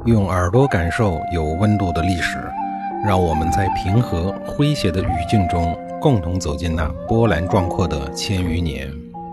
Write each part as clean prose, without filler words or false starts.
用耳朵感受有温度的历史，让我们在平和诙谐的语境中共同走进那波澜壮阔的千余年。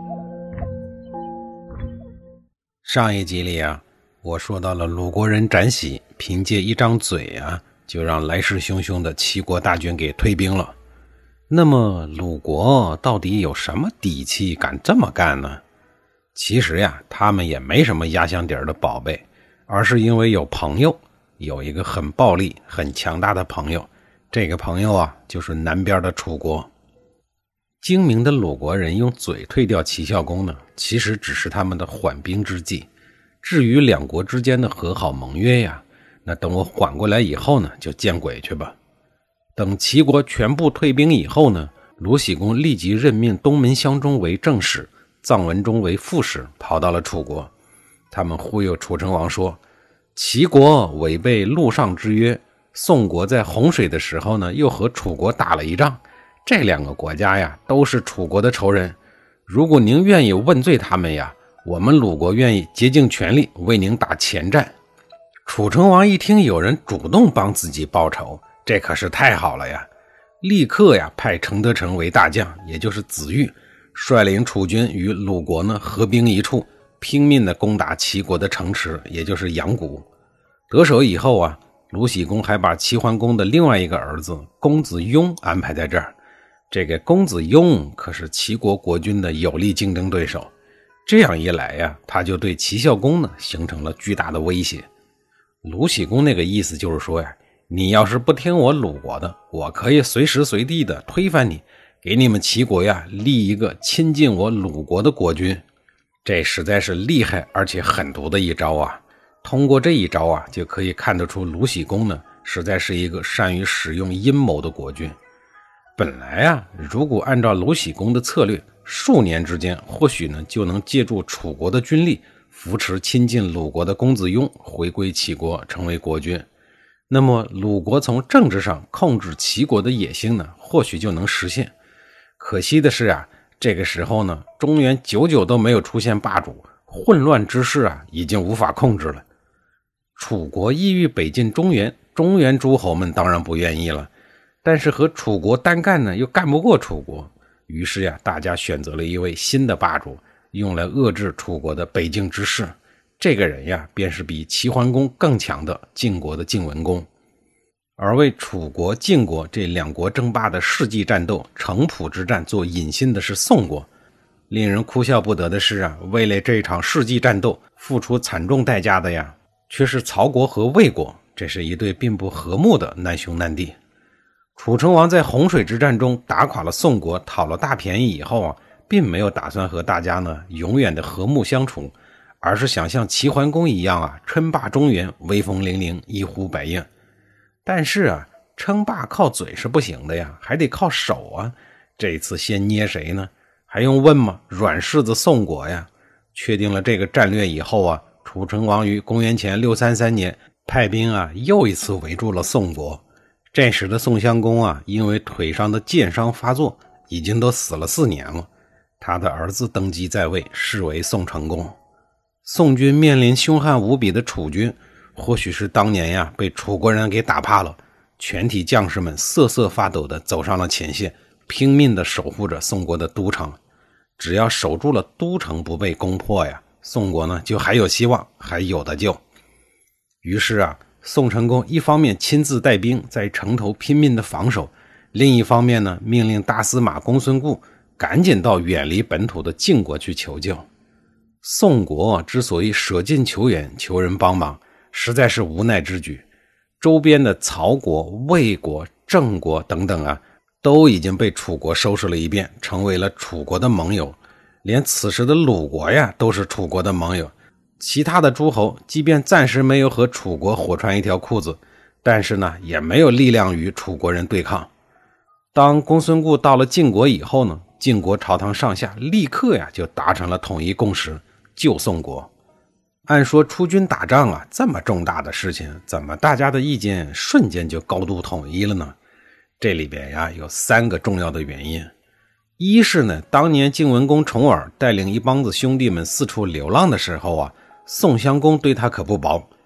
上一集里我说到了鲁国人展喜凭借一张嘴就让来势汹汹的齐国大军给退兵了。那么鲁国到底有什么底气敢这么干呢？其实他们也没什么压箱底儿的宝贝，而是因为有朋友，有一个很暴力很强大的朋友。这个朋友就是南边的楚国。精明的鲁国人用嘴退掉齐孝公呢，其实只是他们的缓兵之计。至于两国之间的和好盟约那等我缓过来以后呢，就见鬼去吧。等齐国全部退兵以后呢，鲁僖公立即任命东门襄中为正使，臧文忠为副使，跑到了楚国。他们忽悠楚成王说，齐国违背陆上之约，宋国在洪水的时候呢，又和楚国打了一仗，这两个国家都是楚国的仇人。如果您愿意问罪他们我们鲁国愿意竭尽全力为您打前战。楚成王一听有人主动帮自己报仇，这可是太好了立刻派程德成为大将，也就是子玉，率领楚军与鲁国呢合兵一处，拼命的攻打齐国的城池，也就是阳谷。得手以后鲁僖公还把齐桓公的另外一个儿子公子雍安排在这儿。这个公子雍可是齐国国君的有力竞争对手，这样一来他就对齐孝公呢形成了巨大的威胁。鲁僖公那个意思就是说你要是不听我鲁国的，我可以随时随地的推翻你，给你们齐国立一个亲近我鲁国的国君。这实在是厉害而且狠毒的一招通过这一招就可以看得出鲁僖公呢实在是一个善于使用阴谋的国君。本来如果按照鲁僖公的策略，数年之间或许呢就能借助楚国的军力扶持亲近鲁国的公子雍回归齐国成为国君，那么鲁国从政治上控制齐国的野心呢或许就能实现。可惜的是这个时候呢中原久久都没有出现霸主，混乱之势已经无法控制了。楚国意欲北进中原，中原诸侯们当然不愿意了，但是和楚国单干呢又干不过楚国，于是大家选择了一位新的霸主，用来遏制楚国的北境之势。这个人便是比齐桓公更强的晋国的晋文公。而为楚国晋国这两国争霸的世纪战斗城濮之战做引信的是宋国。令人哭笑不得的是为了这场世纪战斗付出惨重代价的却是曹国和魏国，这是一对并不和睦的难兄难弟。楚成王在洪水之战中打垮了宋国，讨了大便宜以后并没有打算和大家呢永远的和睦相处，而是想像齐桓公一样称霸中原，威风凛凛，一呼百应。但是称霸靠嘴是不行的还得靠手这一次先捏谁呢？还用问吗？软柿子宋国确定了这个战略以后楚成王于公元前633年派兵又一次围住了宋国。这时的宋襄公因为腿上的箭伤发作，已经都死了4年了。他的儿子登基在位，是为宋成公。宋军面临凶悍无比的楚军，或许是当年被楚国人给打怕了，全体将士们瑟瑟发抖地走上了前线，拼命地守护着宋国的都城。只要守住了都城不被攻破宋国呢就还有希望，还有的救。于是宋成公一方面亲自带兵在城头拼命的防守，另一方面呢命令大司马公孙固赶紧到远离本土的晋国去求救。宋国之所以舍近求远，求人帮忙，实在是无奈之举。周边的曹国、魏国、郑国等等都已经被楚国收拾了一遍，成为了楚国的盟友。连此时的鲁国都是楚国的盟友。其他的诸侯即便暂时没有和楚国火穿一条裤子，但是呢也没有力量与楚国人对抗。当公孙固到了晋国以后呢，晋国朝堂上下立刻就达成了统一共识，救宋国。按说出军打仗这么重大的事情，怎么大家的意见瞬间就高度统一了呢？这里边有3个重要的原因。一是呢，当年晋文公重耳带领一帮子兄弟们四处流浪的时候宋襄公对他可不薄。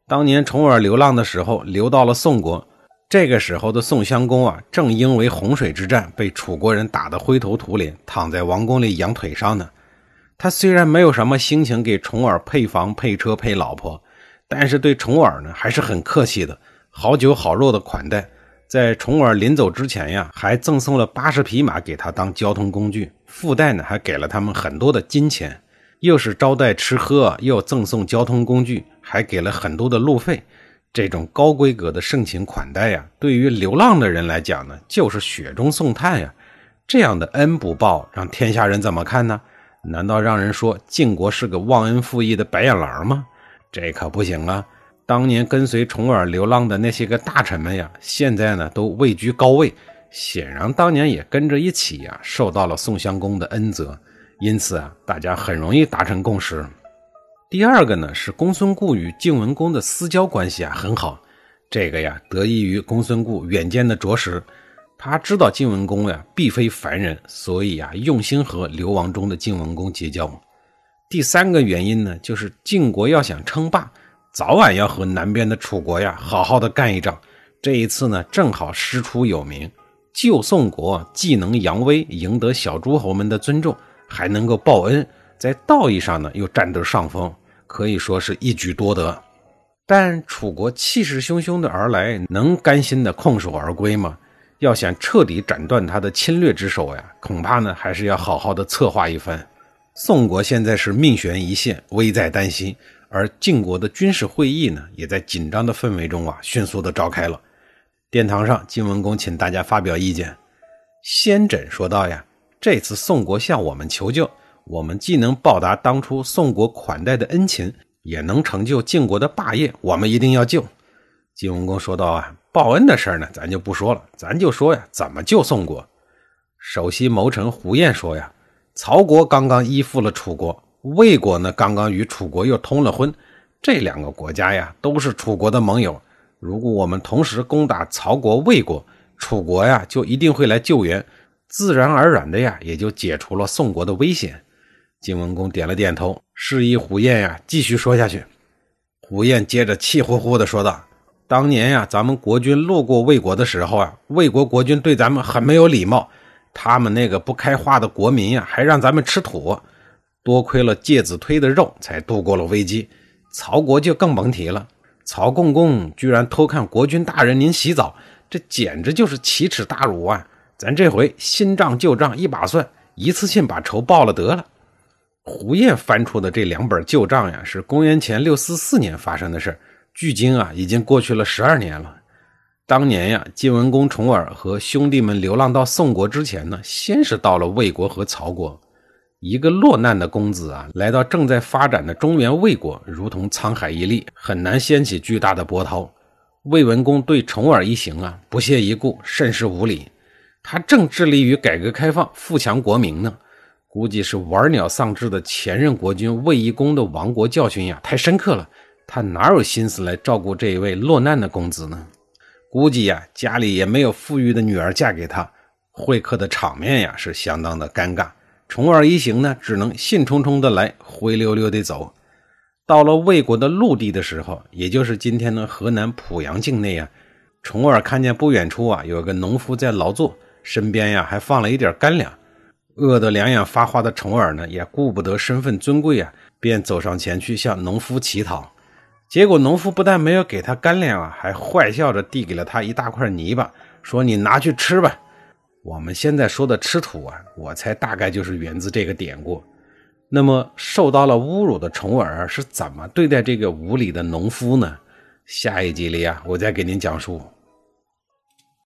当年重耳流浪的时候流到了宋国，这个时候的宋襄公啊，正因为洪水之战被楚国人打得灰头土脸，躺在王宫里养腿上呢。他虽然没有什么心情给重耳配房配车配老婆，但是对重耳呢还是很客气的，好酒好肉的款待。在重耳临走之前呀，还赠送了80匹马给他当交通工具，附带呢还给了他们很多的金钱，又是招待吃喝，又赠送交通工具，还给了很多的路费。这种高规格的盛情款待呀，对于流浪的人来讲呢，就是雪中送炭呀。这样的恩不报，让天下人怎么看呢？难道让人说晋国是个忘恩负义的白眼狼吗？这可不行啊！当年跟随重耳流浪的那些个大臣们呀，现在呢都位居高位，显然当年也跟着一起呀受到了宋襄公的恩泽，因此啊，大家很容易达成共识。第二个呢是公孙固与晋文公的私交关系啊很好，这个呀得益于公孙固远见的着实，他知道晋文公呀必非凡人，所以啊用心和流亡中的晋文公结交。第三个原因呢，就是晋国要想称霸，早晚要和南边的楚国呀好好的干一仗。这一次呢，正好师出有名，救宋国既能扬威，赢得小诸侯们的尊重，还能够报恩，在道义上呢又占得上风，可以说是一举多得。但楚国气势汹汹的而来，能甘心的空手而归吗？要想彻底斩断他的侵略之手呀，恐怕呢还是要好好的策划一番。宋国现在是命悬一线，危在旦夕，而晋国的军事会议呢，也在紧张的氛围中啊，迅速的召开了。殿堂上，晋文公请大家发表意见。先轸说道呀，这次宋国向我们求救，我们既能报答当初宋国款待的恩情，也能成就晋国的霸业，我们一定要救。晋文公说道啊，报恩的事呢，咱就不说了，咱就说呀，怎么救宋国。首席谋臣胡彦说呀，曹国刚刚依附了楚国，魏国呢刚刚与楚国又通了婚，这两个国家呀都是楚国的盟友，如果我们同时攻打曹国、魏国，楚国呀就一定会来救援，自然而然的呀也就解除了宋国的危险。晋文公点了点头，示意胡彦呀继续说下去。胡彦接着气呼呼地说道，当年呀咱们国军路过魏国的时候啊，魏国国军对咱们很没有礼貌，他们那个不开化的国民呀，还让咱们吃土，多亏了介子推的肉才度过了危机。曹国就更甭提了，曹共公居然偷看国君大人您洗澡，这简直就是奇耻大辱啊！咱这回新账旧账一把算，一次性把仇报了得了。胡彦翻出的这两本旧账呀，是公元前644年发生的事，距今啊已经过去了12年了。当年呀，晋文公重耳和兄弟们流浪到宋国之前呢，先是到了魏国和曹国。一个落难的公子啊，来到正在发展的中原魏国，如同沧海一粟，很难掀起巨大的波涛。魏文公对重耳一行啊，不屑一顾，甚是无礼。他正致力于改革开放，富强国民呢，估计是玩鸟丧志的前任国君魏懿公的亡国教训呀，太深刻了，他哪有心思来照顾这一位落难的公子呢？估计呀，家里也没有富裕的女儿嫁给他，会客的场面呀是相当的尴尬。重耳一行呢，只能兴冲冲的来，灰溜溜的走。到了魏国的陆地的时候，也就是今天的河南濮阳境内啊，重耳看见不远处啊有个农夫在劳作，身边呀还放了一点干粮。饿得两眼发花的重耳呢，也顾不得身份尊贵啊，便走上前去向农夫乞讨。结果农夫不但没有给他干粮啊，还坏笑着递给了他一大块泥巴，说你拿去吃吧。我们现在说的吃土啊，我猜大概就是源自这个典故。那么受到了侮辱的重耳是怎么对待这个无礼的农夫呢？下一集里啊，我再给您讲述。